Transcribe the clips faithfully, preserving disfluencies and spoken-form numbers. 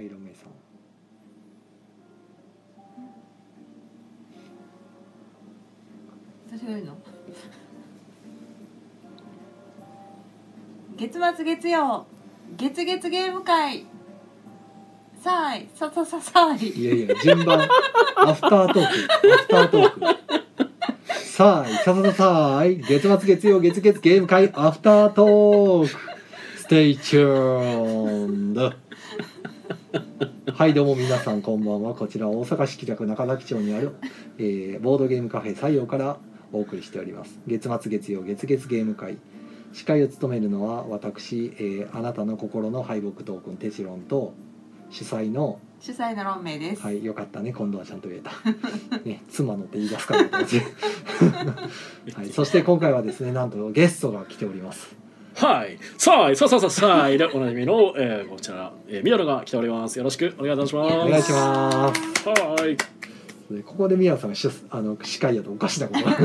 はい、ロメさん。 私が言うの月末月曜月月ゲーム会さあいささささいいやいや、順番アフタートークアフタートークさあいささささい月末月曜月月ゲーム会アフタートークステイチューンド。はいどうも皆さんこんばんは。こちら大阪市北区中崎町にある、えー、ボードゲームカフェ西洋からお送りしております月末月曜月月ゲーム会。司会を務めるのは私、えー、あなたの心の敗北トークンテチロンと主催の主催のロンメイです。 はい、よかったね、今度はちゃんと言えた、ね、妻のって言い出すからと思ってはい、そして今回はですね、なんとゲストが来ております。 はい、さあ、さあさあさあでおなじみの、えー、こちら、えー、ミヤルが来ております。よろしくお願いいたします。 お願いします。 はい。 ここで宮さんがしあの司会やとおかしなことはい、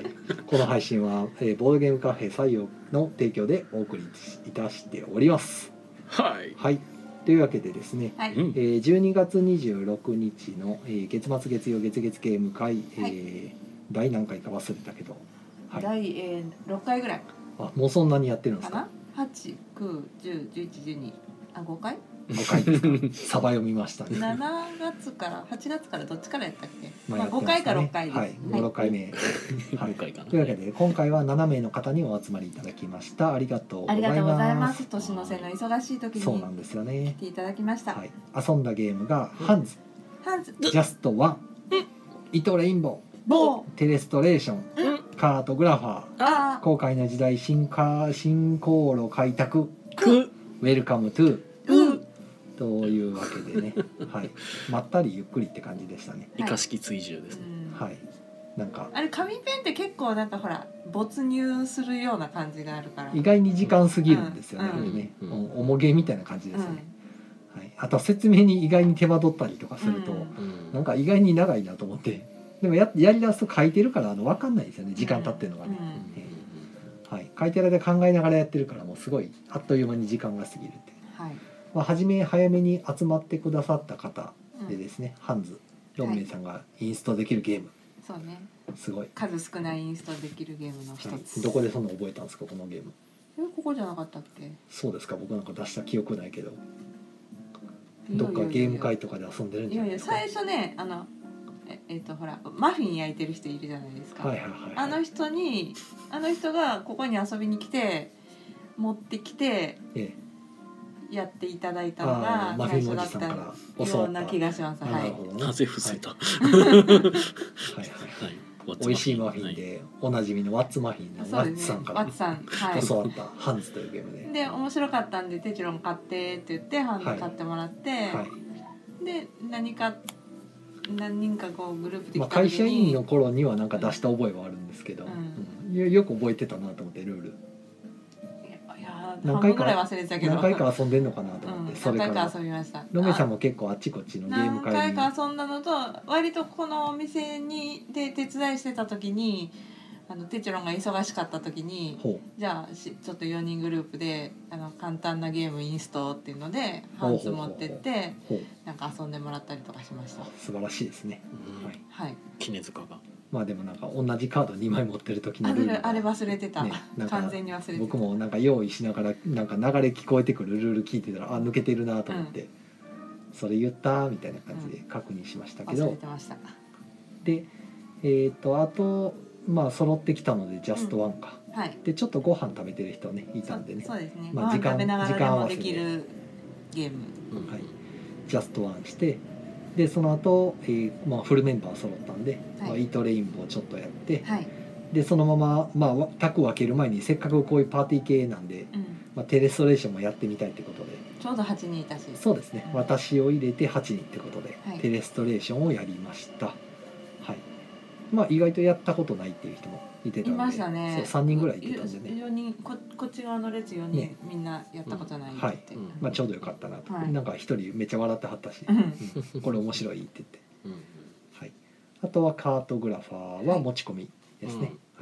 この配信は、えー、ボードゲームカフェ採用の提供でお送りいたしております。 はい、 はい、というわけでですね、 はい、 えー、じゅうにがつにじゅうろくにちの、えー、月末月曜月月ゲーム会、えーはい、第何回か忘れたけど、 はい、第、えー、ろっかいぐらい。 あ、もうそんなにやってるんですか。 かな、はち、きゅう、じゅう、じゅういち、じゅうに、あ、ごかいごかいですか。サバ読みましたね。 しちがつからはちがつからどっちからやったっけ、 まあまあ、ごかいかろっかいです。 はい、ご、ろっかいめ、はい、というわけで今回はななめいの方にお集まりいただきました。ありがとうございます。 ありがとうございます。年の瀬の忙しい時にそうなんですよね、 来ていただきました。 はい、遊んだゲームがハンズ、 ハンズ、 ジャストワン、糸レインボー、 ボー、 テレストレーション、カートグラファー、 あ後悔の時代進化進行路開拓、 くウェルカムトゥうというわけでね、はい、まったりゆっくりって感じでしたね。 イカ式追従ですね。 はい、なんかあれ紙ペンって結構なんかほら没入するような感じがあるから意外に時間過ぎるんですよね、 うんこれね、 うんお重げみたいな感じですよね、うん、はい、あと説明に意外に手間取ったりとかすると、うん、なんか意外に長いなと思って、でも や, やりだすと書いてるからあの分かんないですよね、時間経ってるのがね、うんうん、はい、書いてる間考えながらやってるからもうすごいあっという間に時間が過ぎるって、はい、まあ、初め早めに集まってくださった方でですね、うん、ハンズロンメイさんがインストできるゲーム、 はい、そうね、すごい数少ないインストできるゲームの一つ、はい、 どこでそんな覚えたんですかこのゲーム。 え、ここじゃなかったっけ。 そうですか、僕なんか出した記憶ないけど、どっかゲーム会とかで遊んでるんじゃないですか。 いやいや最初ね、あのええっとほらマフィン焼いてる人いるじゃないですか、 はいはいはいはい、 あの人にあの人がここに遊びに来て持ってきて、ええ、やっていただいたのが最初だったような気がします。はい。 なぜ伏せた。 はいはいはい。美味しいマフィンでおなじみのワッツマフィンのワッツさんから教わったハンズというゲームで。 で面白かったんでテチロン買ってって言ってハンズ買ってもらって、はいはい、で何か何人かこうグループで来た時に、まあ、会社員の頃にはなんか出した覚えはあるんですけど、うんうん、よく覚えてたなと思ってルール。何回か忘れてたけど何回か遊んでんのかなと思って、うん、それから何回か遊びました。ロメさんも結構あっちこっちのゲーム会に何回か遊んだのと、割とこのお店にで手伝いしてた時にあのテチロンが忙しかった時にじゃあちょっとよにんグループであの簡単なゲームインストっていうのでハンズ持ってってなんか遊んでもらったりとかしました。 素晴らしいですね、 うん、はい、はい、絹塚がまあでもなんか同じカードにまい持ってる時のルールあれ忘れてた、ね、完全に忘れてた。 僕もなんか用意しながらなんか流れ聞こえてくるルール聞いてたらあ抜けてるなと思って、うん、それ言ったみたいな感じで確認しましたけど、 うん、忘れてました。 でえー、とあとまあ揃ってきたのでジャストワンか、うん、はい、でちょっとご飯食べてる人ねいたんでね、 そうですね、 まあ、時間ご飯食べながらでもできるゲーム、 うん、はい、ジャストワンしてでその後、えーまあフルメンバー揃ったんで、はい、まあ、イートレインボーちょっとやって、はい、でそのまま、まあ、タク分ける前にせっかくこういうパーティー系なんで、うん、まあ、テレストレーションもやってみたいってことでちょうどはちにんいたし、 そうですね、うん、私を入れてはちにんってことで、はい、テレストレーションをやりました。はい、まあ意外とやったことないっていう人もいてたんで、いましたね。 そうさんにんぐらいいてたんでね、 よにん こ, こっち側の列よにん、ね、みんなやったことないって言って、うん、はい、 まあ、ちょうどよかったなと、はい、なんか一人めっちゃ笑ってはったし、うん、これ面白いって言って、うん、はい、あとはカートグラファーは持ち込みですね、は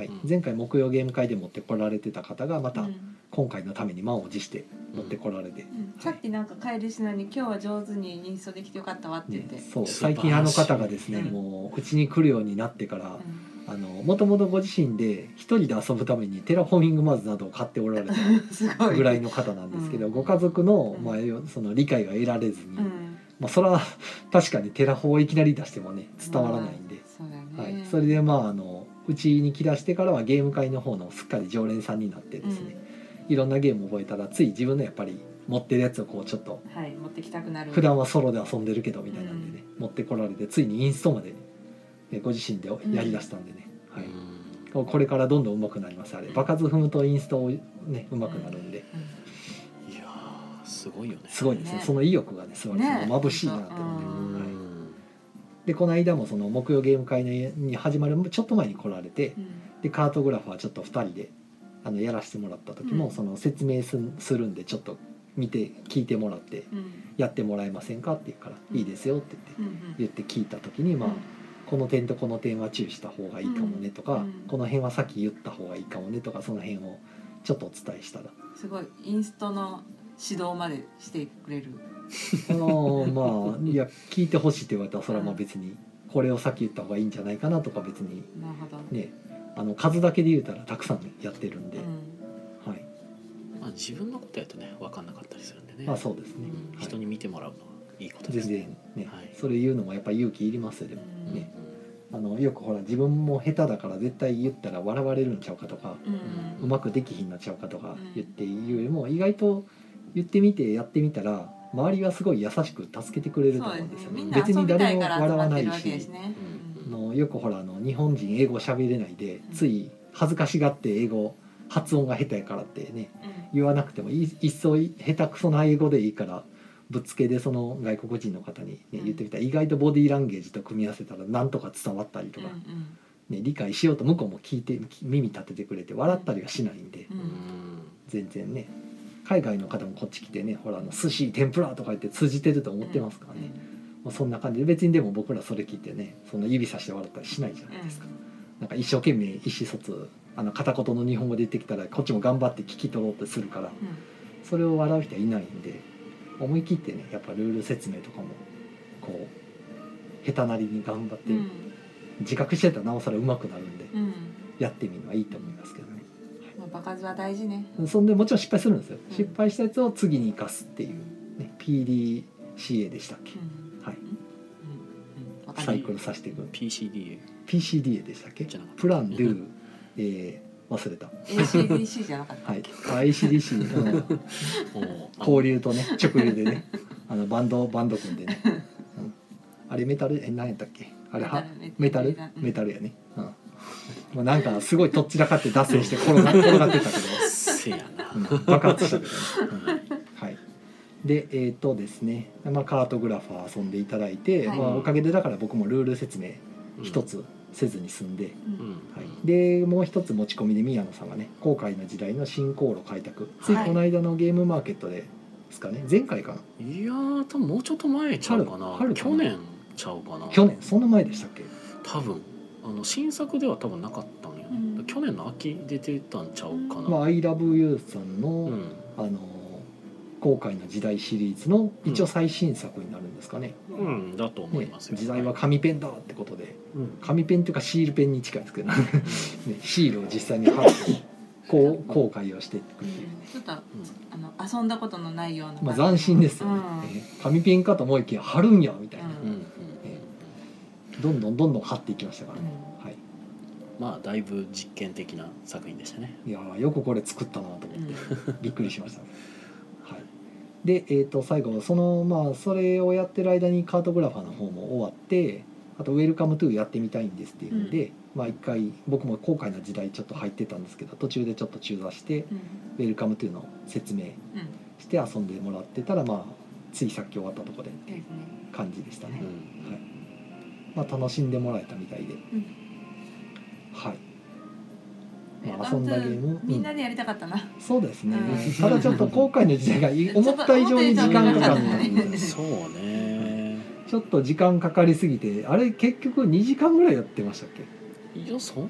はいうん前回木曜ゲーム会で持ってこられてた方がまたうん今回のために満を持して持ってこられて、 うんさっきなんか帰りしなに今日は上手にインストできてよかったわって言って、 ね、そう素晴らしい最近あの方がですね、 うんもううちに来るようになってから、 うんあのもともとご自身で一人で遊ぶためにテラフォーミングマズなどを買っておられたすごいぐらいの方なんですけど、 うんご家族の、 うんまあ、よその理解が得られずに、 うんまあ、それは確かにテラフォーをいきなり出してもね伝わらないんで、 そうだね、 はい、それでまああのうちに来だしてからはゲーム会の方のすっかり常連さんになってですね、いろんなゲーム覚えたらつい自分のやっぱり持ってるやつをこうちょっとはい持ってきたくなる普段はソロで遊んでるけどみたいなんでね、持ってこられてついにインストまでえご自身でやりだしたんでね、はい、これからどんどん上手くなります。あれ場数踏むとインストをね上手くなるんで、 いやーすごいよね。 すごいですね。 ねその意欲がねすごいですね。 ね眩しいなって思って、 うんはい、でこの間もその木曜ゲーム会に始まるちょっと前に来られて、 うんでカートグラファーちょっとふたりであのやらせてもらった時も、 うんその説明すするんでちょっと見て聞いてもらってうんやってもらえませんかって言うから、 うんいいですよって言ってうん言って聞いた時にまあ、 うんこの点とこの点は注意した方がいいかもねとか、 うんこの辺はさっき言った方がいいかもねとかその辺をちょっとお伝えしたらすごいインストの指導までしてくれる。 あのまあいや聞いてほしいって言われたらそれはまあ別にこれをさっき言った方がいいんじゃないかなとか別になるほど。 ねあの数だけで言うたらたくさんやってるんで、 うんはい、 まあ自分のことやとね分かんなかったりするんでね。 まあそうですね、 うんはい人に見てもらうのはいいことです全ね。 然ね、 はいそれ言うのもやっぱり勇気いりますよでも、 うんねあのよくほら自分も下手だから絶対言ったら笑われるんちゃうかとか、 うんうまくできひんなっちゃうかとかうん言って言うよりも意外と言ってみてやってみたら周りはすごい優しく助けてくれるとそうで思うんですすよね。 ね。みんな遊別にびた誰もいから集笑わないまってるわけですし、 ね。 あのよくほらあの日本人英語喋れないでつい恥ずかしがって英語発音が下手やからってねうん言わなくてもいいっそ下手くそな英語でいいからぶっつけでその外国人の方に、ね、 うん言ってみたら意外とボディーランゲージと組み合わせたらなんとか伝わったりとか、 うんね、理解しようと向こうも聞いて耳立ててくれて笑ったりはしないんで、 うんうんうん全然ね海外の方もこっち来てねほらあの寿司天ぷらとか言って通じてると思ってますからね、まあ、そんな感じで別にでも僕らそれ聞いてねそんな指さして笑ったりしないじゃないですか、なんか一生懸命意思疎通あの片言の日本語で言ってきたらこっちも頑張って聞き取ろうとするからそれを笑う人はいないんで思い切ってねやっぱルール説明とかもこう下手なりに頑張って、 うん自覚してたらなおさら上手くなるんでうんやってみるのはいいと思いますけどね。 まあ場数は大事ね。 そんでもちろん失敗するんですよ、 うん失敗したやつを次に生かすっていう、ね、ピーディーシーエー でしたっけ、 うんはい、 うんうんわかんないサイクルさせていくピーシーディーエーピーシーディーエー でしたっけじゃなかったプラン、ドゥ、えー、忘れたエーシーディーシー じゃなかった。 はいあ エーシーディーシー のおー交流とね直流でねあのバンドバンド組んでね、うんあれメタルえ何やったっけあれはメメタルタルうんメタルやね、うんまあ、なんかすごいとっちらかって脱線して転が転がってたけどせやな。 うん爆発したけどね、うんはいでえっ、とですね、まあ、カートグラファー遊んでいただいて、 はいまあ、おかげでだから僕もルール説明うん一。つせずに済んで、 うんうんはい、でもう一つ持ち込みで宮野さんがね後悔の時代の新航路開拓ついこの間のゲームマーケットでですかね前回かないやー多分もうちょっと前ちゃうかな。 春春かな去年ちゃうかな。 去年そんな前でしたっけ多分あの新作では多分なかったんよ、 うん去年の秋出てたんちゃうかな。 まあ、I love you さんの、 うん。 あの後悔の時代シリーズの一応最新作になるんですかね、 うんだと思いねますよ。 時代は紙ペンだってことでうん。 紙ペンというかシールペンに近いですけどねシールを実際に貼ってこう後悔をしていくっていう、 ちょっとあの遊んだことのないような。 まあ、斬新ですよね、 うんえー紙ペンかと思いきや貼るんやみたいな、 うんうんうんどんどんどんどん貼っていきましたからね、はい、 まあだいぶ実験的な作品でしたね。 いやーよくこれ作ったなと思って、びっくりしました、はい、で、えー、と最後そのまあそれをやってる間にカートグラファーの方も終わってあとウェルカムトゥーやってみたいんですっていうので、まあ一回僕も後悔の時代ちょっと入ってたんですけど途中でちょっと中座してうんウェルカムトゥーの説明うんして遊んでもらってたらまあついさっき終わったところでっていうですね。 感じでしたね、 うんはい、まあ楽しんでもらえたみたいで、 うんはいねまあ遊んだゲームみんなでやりたかったな。 そうですね、 うんただちょっと後悔の時代がい思った以上に時間かかったんでそうね。 ちょっと時間かかりすぎてあれ結局にじかんぐらいやってましたっけいやそん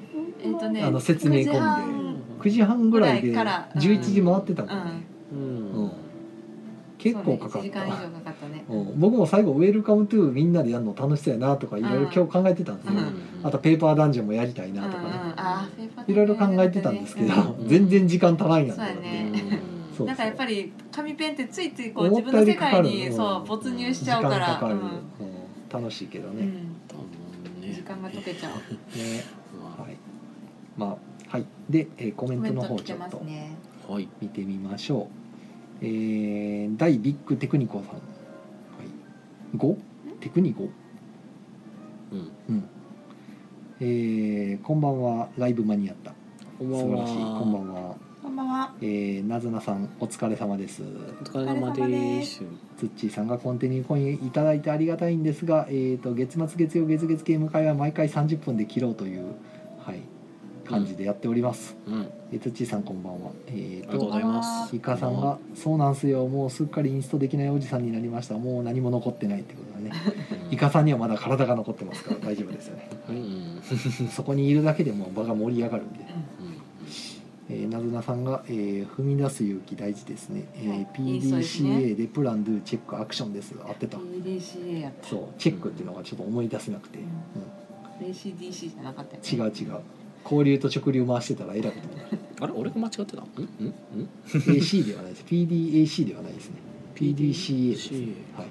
えっとねあの説明込みでくじはんぐらいでじゅういちじ回ってたもんね、 うんうん、結構かかった、 いちじかん以上かかったね、 うん、僕も最後ウェルカムトゥーみんなでやるの楽しそうやなとかいろいろ今日考えてたんですよ、 うんあとペーパーダンジョンもやりたいなとかね、 うんうん、あペーパーいろいろ考えてたんですけど、 うん全然時間足らんやんとそうや思って、 ねそうなんかやっぱり紙ペンってついついこう思ったよ自分の世りかかる界にそう没入しちゃうから時間かかる、 うんうん楽しいけどね、 うんね時間が解けちゃう。 ねはいまあはいで、えーコメントの方コメント来てちょっとますね。 はい見てみましょう。えー、大ビッグテクニコさん、はい、ごテクニコ、 うんうんえー、こんばんはライブ間に合った、 こんばんは素晴らしい、こんばんは。 こんばんは。 えー、なずなさんお疲れ様です。 お疲れ様ですつっちーさんがコンティニューコインいただいてありがたいんですが、えー、と月末月曜月月ゲーム会は毎回さんじゅっぷんで切ろうという、はい、感じでやっております、 うんえー、つっちーさんこんばんは。えー、 ありがとうございますイカさんがそうなんすよ、もうすっかりインストできないおじさんになりました、もう何も残ってないってことだねイカさんにはまだ体が残ってますから大丈夫ですよねうんそこにいるだけでもう場が盛り上がるんで、 うんえー、なずなさんが、えー踏み出す勇気大事ですね、えーはいピーディーシーエー でプランドゥチェックアクションです合ってた、 ピーディーシーエー やった。 そうチェックっていうのがちょっと思い出せなくて、 うん エーシーディーシー じゃなかったよね。 うん、違う違う交流と直流回してたらえらいことになるあれ俺が間違ってたんうんうんエーシー ではないです ピーディーエーシー ではないですね ピーディーシーエー ですね、はいはいはい、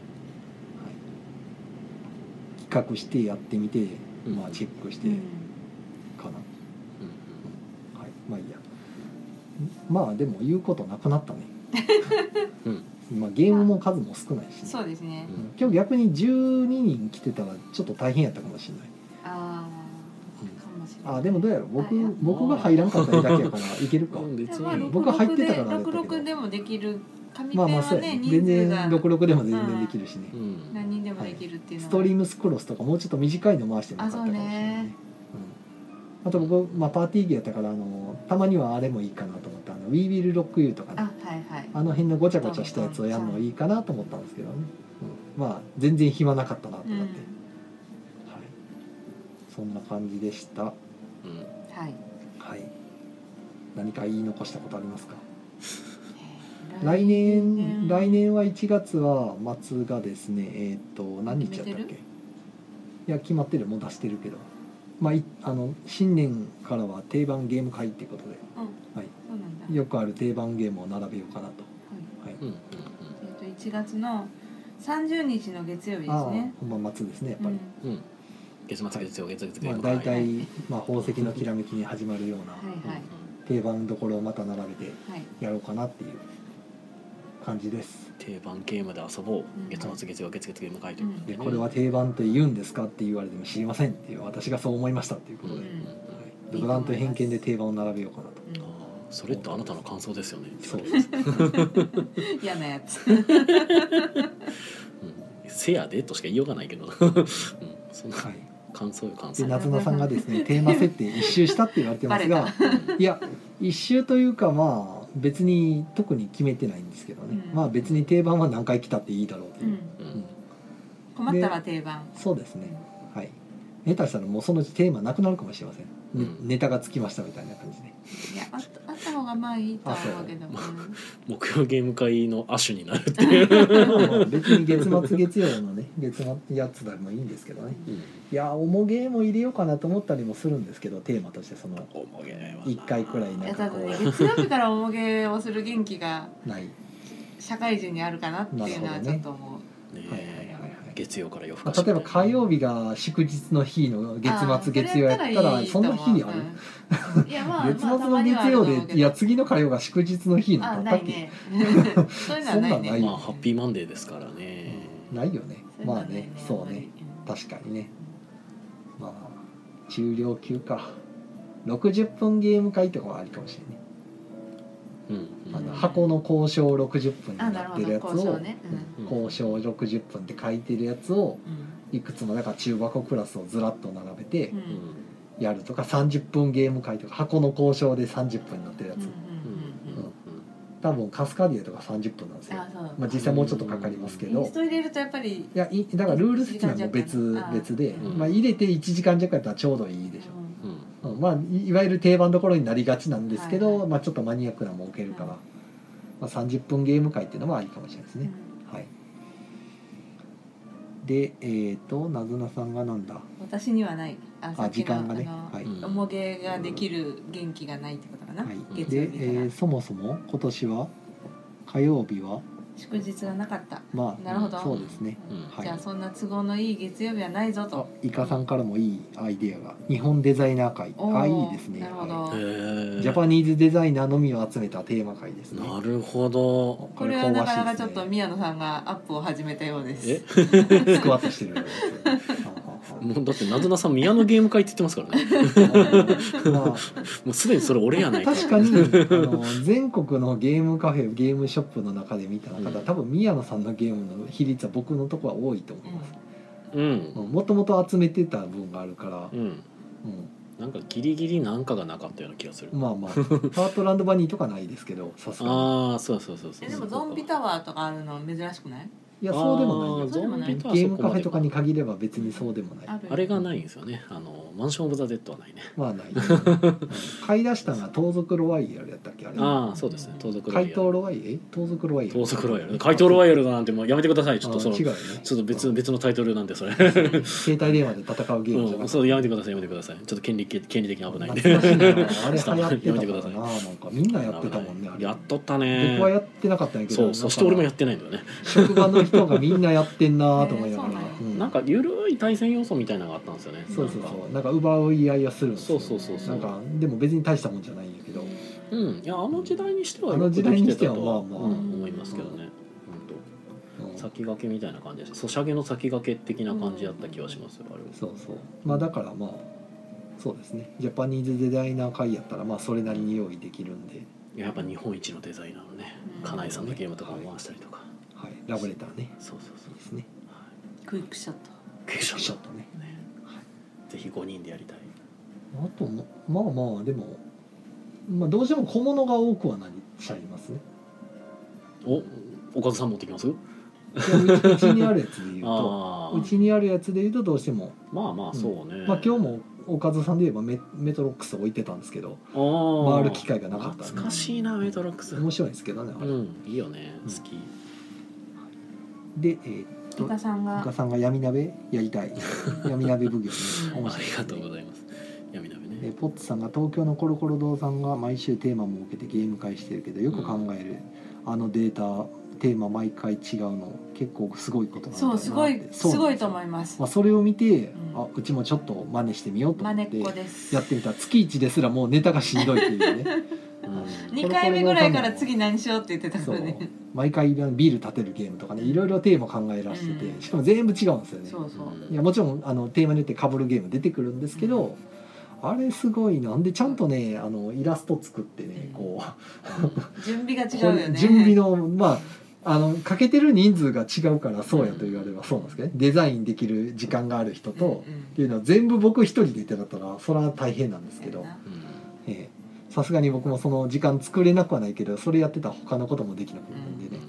企画してやってみて、 うんまあチェックしてうんかな、 うんはい、まあいいやまあでも言うことなくなったねうんまあゲームも数も少ないし、ね、 そうですね。 うん今日逆にじゅうににん来てたらちょっと大変やったかもしれない。 ああ、かもしれない。 あでもどうやろう僕はい僕が入らんかっただけやからいけるか。 うん別まあに僕入ってたからあれだったけどろくろくでもできる。紙ペンまあまあはそうやね。 ね人全然数がろくろくでも全然できるしね。 うん何人でもできるっていうのは。 ストリームスクロスとかもうちょっと短いの回してなかったかもしれないね。うん、あと僕、まあ、パーティーゲーやったからあのたまにはあれもいいかなと思ったあの We Will Rock You とかねあ、はいはい。 あの辺のごちゃごちゃしたやつをやるのいいかなと思ったんですけどね、うん、まあ全然暇なかったなとうん思って、はい、そんな感じでした。 うんはい。 はい。何か言い残したことありますか？ えー来年来年はいちがつは末がですねえっ、と何日やったっけ？ 決めてるいや決まってるもう出してるけど、まあいあの新年からは定番ゲーム会っていうことで、 うん、 はい、 そうなんだ。 よくある定番ゲームを並べようかなと。はい。 うんうんえっといちがつのさんじゅうにちの月曜日ですああね。 本番末ですねやっぱり。 うんうん月末月曜月月まあ大体まあ宝石のきらめきに始まるようなはいはい定番どころをまた並べてはい。 やろうかなっていう感じです。 定番ゲームで遊ぼううん月末月曜月月ゲーム会ということでねでこれは定番と言うんですかって言われても知りませんっていう私がそう思いましたっていうことで、 うんはい、独断と偏見で定番を並べようかなと。 うんあーそれってあなたの感想ですよねそう嫌なやつ。 うんせやでとしか言いようがないけどうんそんなはい。 感想よ感で想夏菜さんがですねテーマ設定一周したって言われてますがバいや一周というかまあ別に特に決めてないんですけどね、 うんまあ別に定番は何回来たっていいだろうという、 うん。 うん困ったら定番。 そうですねはい下手したらもうそのうちテーマなくなるかもしれません、ねうんネタがつきましたみたいな感じでいやあったあった方がまあいいとは思うけど。うん木曜ゲーム会の亜種になるっていうまあまあ別に月末月曜のね月末やつでもいいんですけどねうんいや重ゲーも入れようかなと思ったりもするんですけどテーマとしてそのおもげないわないっかいくらいいなんやだってねかこう月曜日から重げをする元気がない社会人にあるかなっていうのはちょっと思う。 ねはいはいはいはい月曜から夜更まあかし例えば火曜日が祝日の日の月末月曜やったらそんな日にあるる。いやまあ月末の月曜でいや次の火曜が祝日の日あなんだったっけないね。そういうのはないそんなんないね。 まあハッピーマンデーですからねないよねそういうのはないまあねそうね。確かにねまあ中量級かろくじゅっぷんゲーム会とかはありかもしれないねうんあの箱の交渉ろくじゅっぷんにあなるほどなってるやつを交渉ね。 うん交渉ろくじゅっぷんって書いてるやつをうんいくつもだから中箱クラスをずらっと並べてうんうんうんやるとかさんじゅっぷんゲーム会とか箱の交渉でさんじゅっぷんになってるやつうんうんうん多分カスカディアとかさんじゅっぷんなんですよあそう。 まあ実際もうちょっとかかりますけどインスト入れるとやっぱり。 いやいだからルール説明も別いちじかん弱別で、 うんまあ、入れていちじかん弱やったらちょうどいいでしうんょ、うんまあいわゆる定番どころになりがちなんですけど、 はいはい、 まあちょっとマニアックなもん置けるから、はい、まあ、さんじゅっぷんゲーム会っていうのもありかもしれないですね、うん、はい。でえーとなずなさんがなんだ、 私にはない、ああ時間がね、はい、 おもげができる元気がないってことかな、はい、月曜日から。 で、えー、そもそも今年は火曜日は祝日がなかった。 まあ、 なるほど、 そうですね、 うん、 はい、 じゃあそんな都合のいい月曜日はないぞと。 イカさんからもいいアイデアが、日本デザイナー会、あ、いいですね。 なるほど、 はい、ジャパニーズデザイナーのみを集めたテーマ会ですね。 なるほど。 これはなかなかちょっと宮野さんがアップを始めたようです。 えスクワットしてるもうだってなずなさん宮野ゲーム会って言ってますからねまあ、もうすでにそれ俺やないか。 確かにあの全国のゲームカフェゲームショップの中で見た中で、うん、多分宮野さんのゲームの比率は僕のところは多いと思います。うん、もともと集めてた分があるから、うんうん、 なんかギリギリなんかがなかったような気がする。 まあまあパートランドバニーとかないですけど、さすがに。 ああそうそうそうそう。 えでもゾンビタワーとかあるの珍しくない？ いやそうでもない。 ゾンビゲームカフェとかに限れば別にそうでもない。 あ, あれがないんですよね。あのマンションオブザデッドはないね。 まあない。買い出したのは盗賊ロワイヤルやったっけあれ。 ああそうですね。盗賊ロワイヤル。 怪盗ロワイヤル。え盗賊ロワイヤル。 盗賊ロワイヤル。怪盗ロワイヤルなんてもうやめてください。ちょっとその違うよね。 ちょっと別別のタイトルなんでそれ。 携帯電話で戦うゲームじゃなくて、 うん、そうやめてくださいやめてください。ちょっと権利権利的に危ないんで。 あれ流行ってたやめてくかださい。 らな、なんかみんなやってたもんね。あれやっとったね。 僕はやってなかったんやけど。 そうそして俺もやってないんだよね。 職場の人がみんなやってんなと思いながら。 なんかゆるい対戦要素みたいなのがあったんですよね。 そうそうそう。なんか奪い合いはするんですよ。 そうそうそうそう。 なんかでも別に大したもんじゃないんやけど。 うん。いやあの時代にしてはあの時代にしてはまあまあ、うん、 思いますけどね。本当。先駆けみたいな感じです。ソシャゲの先駆け的な感じだった気はしますよ。あれは。そうそう。 まあだからまあそうですね。ジャパニーズデザイナー会やったらまあそれなりに用意できるんで。 やっぱ日本一のデザイナーのね、金井さんのゲームとかも回したりとか。 はい。ラブレターね。 そうそうそうですね。 クイックショット。 クイックショットね。 ぜひごにんでやりたい。 あともまあまあでも、まあ、どうしても小物が多くはなりちゃいますね。 おおかずさん持ってきます？うちにあるやつで言うとうちにあるやつで言うとどうしてもまあまあそうね、 うん、まあ今日もおかずさんで言えば メ, メトロックス置いてたんですけど回る機会がなかったんで懐かしいなメトロックス面白いんですけどねあれ、うん、 いいよね好き、 うん、でえーイカさんがイカさんが闇鍋やりたい闇鍋奉行ね面白い、ね、ありがとうございます闇鍋ね。 でポッツさんが東京のコロコロ堂さんが毎週テーマ設けてゲーム会してるけどよく考える、うん、あのデータテーマ毎回違うの結構すごいことなんだよなって。 そうすごいすごいと思います、 まあ、それを見て、うん、あうちもちょっと真似してみようと思ってやってみたら月いちですらもうネタがしんどいっていうねうん、にかいめぐらいから次何しようって言ってたからね毎回ビール立てるゲームとかねいろいろテーマ考えらしてて、うん、しかも全部違うんですよね。 そうそういやもちろんあのテーマによって被るゲーム出てくるんですけど、うん、あれすごいなんでちゃんとねあのイラスト作ってねこう準備が違うよね準備のまああのかけてる人数が違うからそうやと言われればそうなんですけどねデザインできる時間がある人と、うんうん、っていうのは全部僕一人で言ってだったらそれは大変なんですけど、ええさすがに僕もその時間作れなくはないけどそれやってたら他のこともできなくなるんでね、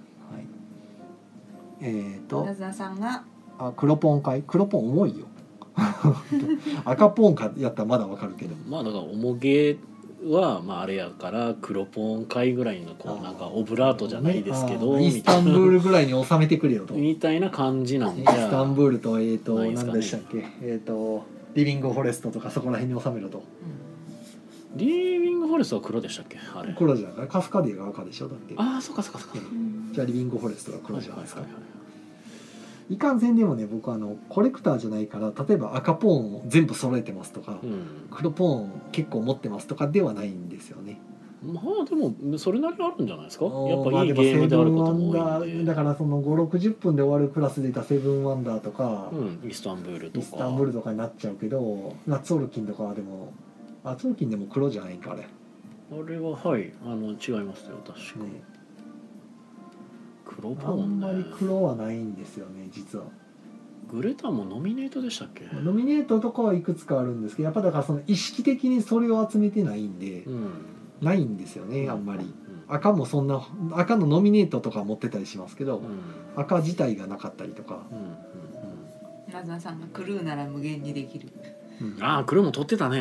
うんはい、えっ、ー、となずなさんがあ黒ポンかい黒ポン重いよ赤ポンかやったらまだわかるけどまあだから重げはまああれやから黒ポン会ぐらいのこうなんかオブラートじゃないですけどイスタンブールぐらいに収めてくれよとみたいな感じなんじゃイスタンブールとえっ、ー、と何でしたっけえっ、ー、とリビングフォレストとかそこら辺に収めろと、うんリービングフォレストは黒でしたっけあれ黒じゃないカスカディが赤でしょだってああそっかそっかそっか、 うん、じゃあリビングフォレストが黒じゃないですか、 はいはいはいはい、 いかんせんでもね僕はあのコレクターじゃないから例えば赤ポーンを全部揃えてますとか、うん、黒ポーン結構持ってますとかではないんですよね。 まあでもそれなりあるんじゃないですかやっぱいいゲームであることも多いんでだからそのごじゅうろくじゅっぷんで終わるクラスでいたセブンワンダーとか、 うん、イスタンブールとかイスタンブールとかになっちゃうけどナッツオルキンとかはでもナッツオルキンでも黒じゃないんかあれあれははいあの違いますよ確かに、ね、黒ポーン、ね、 あんまり黒はないんですよね実は。 グレタもノミネートでしたっけノミネートとかはいくつかあるんですけどやっぱだからその意識的にそれを集めてないんで、うん、ないんですよねあんまり、うん、赤もそんな赤のノミネートとか持ってたりしますけど、うん、赤自体がなかったりとか、うんうんうん、なずなさんがクルーなら無限にできる、 うん、ああクルーも取ってたね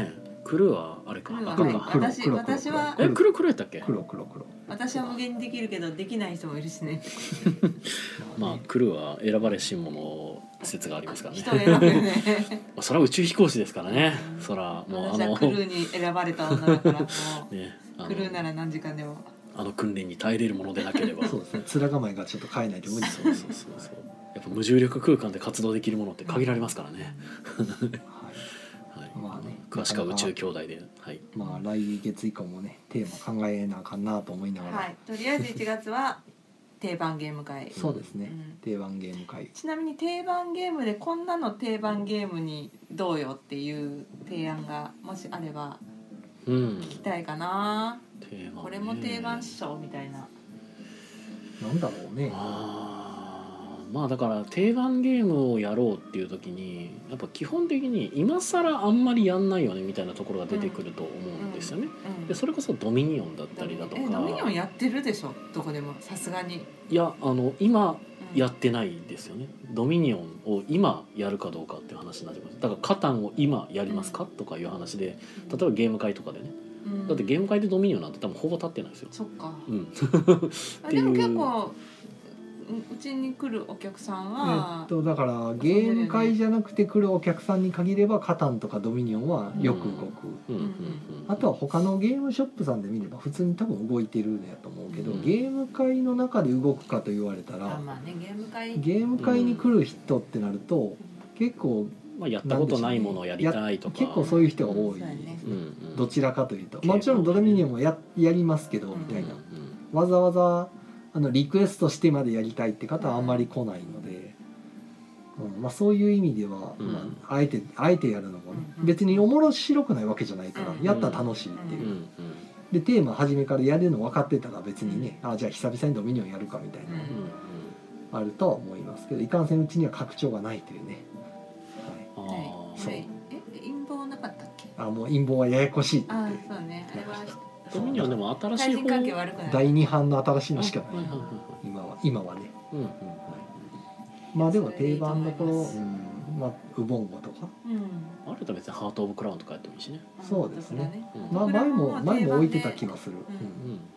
クルーはあれかクルーは赤か私黒黒私はえクルークルーやったっけ黒黒黒私は無限にできるけどできない人もいるしね。 まあクルーは選ばれし者説がありますからね人を選ぶよね。 それは宇宙飛行士ですからねそらもうあの私はクルーに選ばれた女だからもねあのうクルーなら何時間でも。 あの訓練に耐えれるものでなければそうですね面構えがちょっと変えないと無理そうそうそうそうやっぱ無重力空間で活動できるものって限られますからね、 はいはいまあね詳しくは宇宙兄弟で、はい、 まあ来月以降もねテーマ考えなあかんなと思いながら、 はい。とりあえずいちがつは定番ゲーム会。 そうですね、 うん定番ゲーム会ちなみに定番ゲームでこんなの定番ゲームにどうよっていう提案がもしあればうん聞きたいかな。 定番ねこれも定番っしょみたいな。 なんだろうねあーまあだから定番ゲームをやろうっていう時にやっぱ基本的に今更あんまりやんないよねみたいなところが出てくると思うんですよね、 うんでそれこそドミニオンだったりだとかえドミニオンやってるでしょどこでもさすがに。 いやあの今うんやってないですよね、ドミニオンを今やるかどうかっていう話になってますだからカタンを今やりますか、とかいう話で例えばゲーム会とかでねうんだってゲーム会でドミニオンなんて多分ほぼ立ってないですよ、 そっか。 うん、 あでも結構ううちに来るお客さんえはっとだからゲーム会じゃなくて来るお客さんに限ればカタンとかドミニオンはよく動く、 うんうんうんあとは他のゲームショップさんで見れば普通に多分動いてるんやと思うけど、 うんゲーム会の中で動くかと言われたらあまあねゲーム会ゲーム会に来る人ってなると結構まあ、やったことないものをやりたいとか結構そういう人が多い、 そうやねうんうんどちらかというともちろんドミニオンもややりますけどうんみたいな、 うんわざわざあのリクエストしてまでやりたいって方はあんまり来ないので、うんまあ、そういう意味では、 うんまあ、あえてあえてやるのもね、 うん別におもろ白くないわけじゃないから、 うんやったら楽しいっていう、 うんうんでテーマ初めからやるの分かってたら別にね、あじゃあ久々にドミニオンやるかみたいなのうんあるとは思いますけどいかんせんうちには拡張がないというね、 あはいーそうはいえ陰謀なかったっけ。 はい、あもう陰謀はややこしいって言あってそうねあれはドミニオンでも新しい方対人関係悪くない。 第二版の新しいのしかない、 はいはいはい今は今はねうんうんまあでも定番の頃、 それでいいと思いますうん、まあウボンゴとかうんあれと別にハート・オブ・クラウンとかやってもいいしね、 そうですねうんまあ前も前も置いてた気がする、 うんうん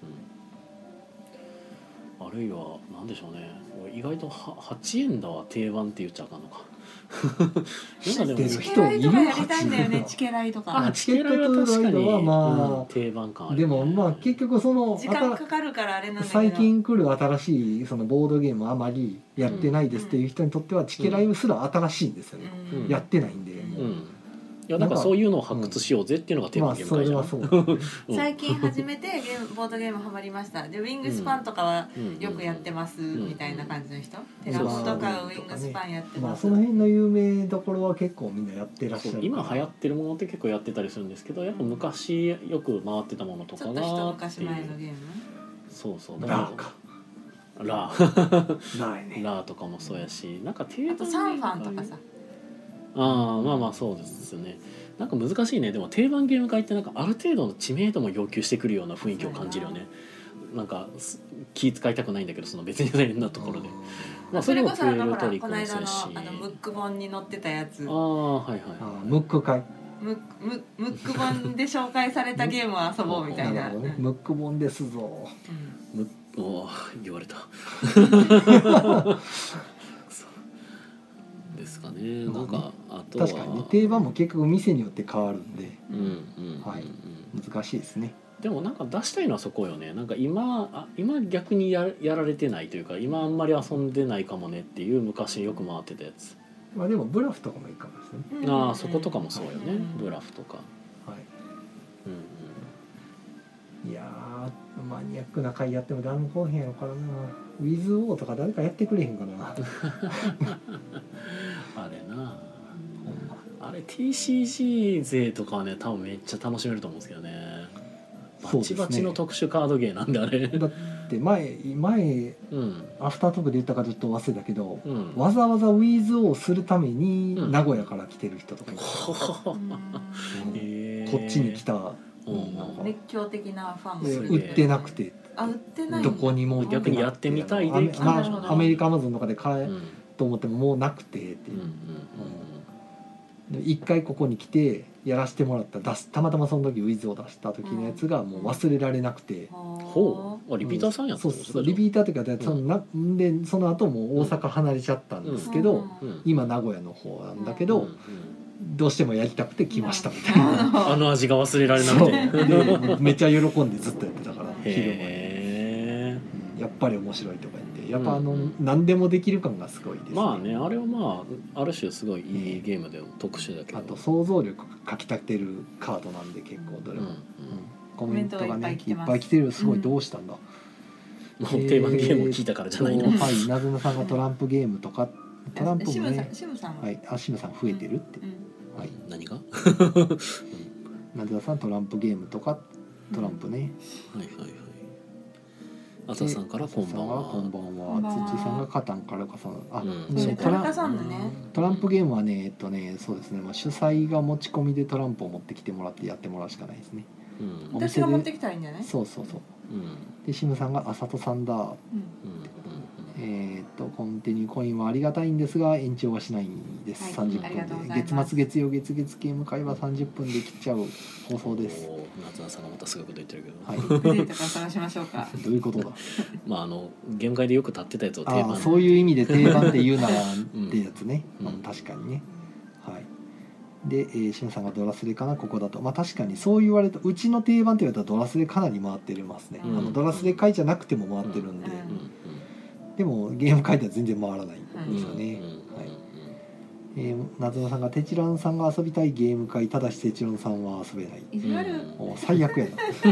うん、あるいは何でしょうね意外とははちえんだは定番って言っちゃあかんのか今でも知ってるチケライとかやりたいんだよねチケライとかあチケライは確かチケットトゥーライに、 ドはまあうん定番感ある、 でもまあ結局その時間かかるからあれなんだけど最近来る新しいそのボードゲームあまりやってないですっていう人にとってはチケライブすら新しいんですよね、 うんやってないんでもう、 うん、いやなんかそういうのを発掘しようぜっていうのがテーまあマゲーム会じゃん、 それはそうなんでうん最近初めてゲームボードゲームハマりましたでウィングスパンとかはうんよくやってますみたいな感じの人テそうラフォとかウィングスパンやってますまあその辺の有名どころは結構みんなやってらっしゃるそう今流行ってるものって結構やってたりするんですけどやっぱ昔よく回ってたものとちょかがっと一昔っていう前のゲームそうそうラーかラーないねラーとかもそうやしなんか定番あとサンファンとかさああまあまあそうですよねなんか難しいねでも定番ゲーム会ってなんかある程度の知名度も要求してくるような雰囲気を感じるよねなんかす気使いたくないんだけどその別に大変なところでまあそれこそれもプエルそあのほらトリコもこの間のそうやしあのムック本に載ってたやつああはいはいあムック会ムムムック本で紹介されたゲームを遊ぼうみたいなるほどねムック本ですぞうんむおー言われたそうですかねなんかあとは確かにね定番も結局店によって変わるんでうんうんうんはい難しいですねでもなんか出したいのはそこよねなんか今あ今逆にややられてないというか今あんまり遊んでないかもねっていう昔よく回ってたやつ、 まあでもブラフとかもいいかもですねうんああそことかもそうよね、 うんブラフとかはいうんいやーマニアックな回やっても誰も来おへんやろからなウィズオーとか誰かやってくれへんかなあれなほんまあれ ティーシージー 勢とかはね多分めっちゃ楽しめると思うんですけどねバチバチの特殊カードゲーなんであれだって前前うんアフタートークで言ったかちょっと忘れたけどうんわざわざウィズをするためにうん名古屋から来てる人とかいる、 ほほほうんへーこっちに来た、 うんなんか熱狂的なファンもですげえ売ってなくてあ売ってないんだどこにも売ってなくて逆にやってみたいでアメ来たまなるほどあアメリカアマゾンとかで買えうんと思ってももうなくてっていう、 うんうんうんで一回ここに来てやらせてもらった出すたまたまその時ウィズを出した時のやつがもう忘れられなくて、 ほうあリピーターさんやったそうんですそうリピーターというか、 うんそのなでその後も大阪離れちゃったんですけど、 うん今名古屋の方なんだけど、 うんうんどうしてもやりたくて来ましたみたいな。 あの味が忘れられなそうくてでめっちゃ喜んでずっとやってたから昼間に、 へうんやっぱり面白いとか言ってやっぱあの、 うんうん何でもできる感がすごいですえね。 まあねあれはまあある種すごいいいゲームで特殊だけどあと想像力かきたてるカードなんで結構どれも、 うんうんうんコメントがねいっコメントがいっぱい来てますぱい来てるすごいうんどうしたんだ、 もう定番ゲームを聞いたからじゃないの、 えーとはいなずなさんがトランプゲームとかトランプもシムさねんシムさんは、 はいあシムさん増えてるって、 うんはい何がなずなさんトランプゲームとかトランプね、 はいはいはい朝さんからこんばんはこんばんこんばんはは。土さんがカタンカルカさんあ、 うんでそう田トラ中さんのねトランプゲームはねえっとねそうですね、まあ、主催が持ち込みでトランプを持ってきてもらってやってもらうしかないですね。 うんお店で私が持ってきたらいいんじゃない？ そうそうそううんでシムさんがあさとさんだ、 うんうんえーっとコンティニューコインはありがたいんですが延長はしないんです、 はいさんじゅっありがとうぷんでございます月末月曜月月ゲーム会はさんじゅっぷんで切っちゃう放送です。 おー夏菜さんがまたすごいこと言ってるけど、 はいデータから探しましょうか。 どういうことだまああのゲーム会でよく立ってたやつを定番ああそういう意味で定番って言うならうんってやつね、 うんうん確かにね。はいで、えー、シムさんがドラスレかなここだとまあ確かにそう言われるとうちの定番って言われたらドラスレかなり回ってますね、 うんあのドラスレ会じゃなくても回ってるんで、 うんうんうんでもゲーム会では全然回らないんうんですよね、 うんうんはいえー、夏野さんがテチロンさんが遊びたいゲーム会ただしテチロンさんは遊べない意地悪。 お最悪や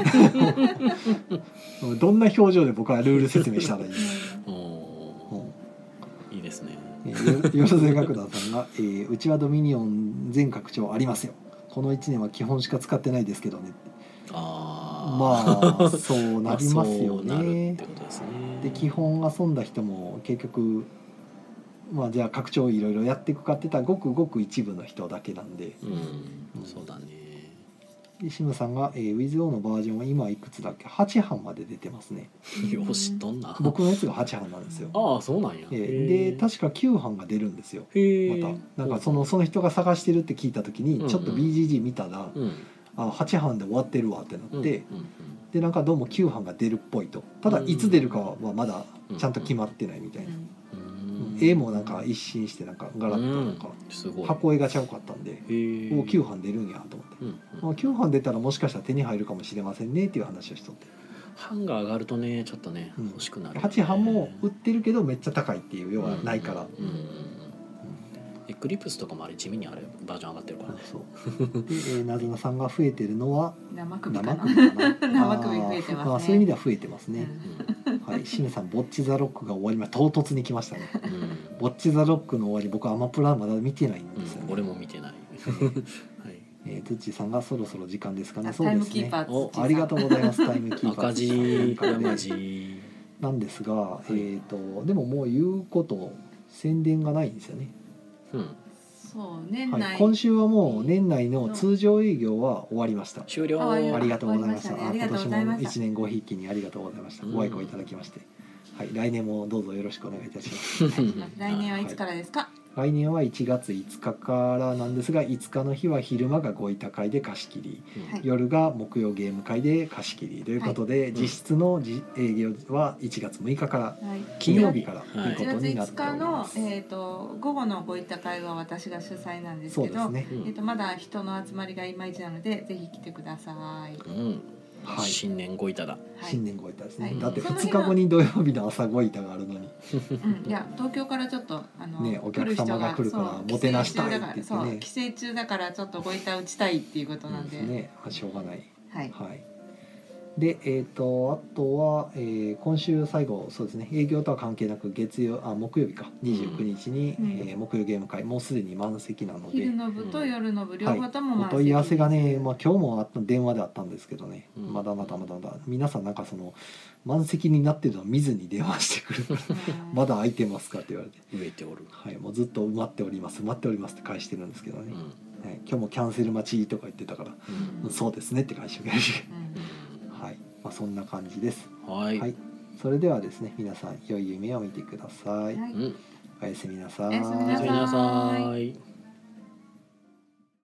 などんな表情で僕はルール説明したらいいうんの、 おーいいですねえー、よよろず楽団さんが、えー「うちはドミニオン全拡張ありますよこのいちねんは基本しか使ってないですけどね」 あまあそうなりますよそうなるっねてことですねで基本遊んだ人も結局まあじゃあ拡張いろいろやっていくかって言ったらごくごく一部の人だけなんで、 うんそうだねでシムさんが、えー、ウィズオー のバージョンは今いくつだっけはち版まで出てますねよしどんな僕のやつがはち版なんですよ、 ああそうなんやえーで確かきゅう版が出るんですよへえまたなんかそのその人が探してるって聞いた時にうんうんちょっと ビージージー 見たら、 うんあはち版で終わってるわってなうんって、でなんかどうもきゅう版が出るっぽいとただうんいつ出るかはまだちゃんと決まってないみたいな、 うん絵もなんか一新してなんかガラッとなんかすごい箱絵がちゃうかったんで、 へえおきゅう版出るんやと思って、 うんまあ、きゅう版出たらもしかしたら手に入るかもしれませんねっていう話をしとって版が上がるとねちょっとねうん欲しくなるよねはち版も売ってるけどめっちゃ高いっていう要はないから、 うんうんうんエクリプスとかもあれ地味にあれバージョン上がってるからねそうで、えー、なずなさんが増えてるのは生首かな。 生首かな生首増えてますねあーあーそういう意味では増えてますね、 うんはい、シムさんボッチザロックが終わりま唐突に来ましたねうんボッチザロックの終わり僕アマプラまだ見てないんですよね、 うん俺も見てないはいえー、トゥッチーさんがそろそろ時間ですかねあそうですねタイムキーパーお土さんありがとうございますタイムキーパー赤字山字なんですが、 いえー、とでももう言うこと宣伝がないんですよね、 うんそう年はい、 内。 今週はもう年内の通常営業は終わりました終了あありありがとうございました。 終わりましたねありがとうございました今年も一年ごひいきにありがとうございました。 うんご愛顧いただきまして、はい、来年もどうぞよろしくお願いいたします。 来年はいつからですか？ 来年はいちがついつかからなんですが、いつかの日は昼間がご板会で貸し切り、 はい夜が木曜ゲーム会で貸し切りということで、 い実質のじ営業はいちがつむいかからはい。 金曜日からとはいいうこといちがつ5 になってお日のります。 えっと午後のご一太会は私が主催なんですけど、 そうですね。 えっとまだ人の集まりがいまいちなのでぜひ来てください。 うんはい。 新年ごいただはい新年ご板ですね。 はいだってその日ふつかごに土曜日の朝ご板があるのに、 うん、いや東京からちょっとあの、 ねお客様が来るからそうもてなしたいって言ってねそう帰省中だからちょっとご板打ちたいっていうことなんで、 ね、まあしょうがない。 はい。 はい。で、えっ、とあとは、えー今週最後そうですね営業とは関係なく月曜あ木曜日かにじゅうくにちに、 うんえー木曜ゲーム会もうすでに満席なので昼、の部と夜の部両方ともお満席問い合わせがね、まあ、今日もあった電話であったんですけどね、 うんまだまだまだまだ皆さんなんかその満席になってるのを見ずに電話してくるからうんまだ空いてますかって言われて、 植えておるはい、もうずっと埋まっております埋まっておりますって返してるんですけどね、 うんはい、今日もキャンセル待ちとか言ってたから、 うんそうですねって返してくれるし、 うんはい、まあ、そんな感じです。 はいはい、それではですね、皆さん良い夢を見てください。 はいうんおやすみなさおやすみおやすみなさい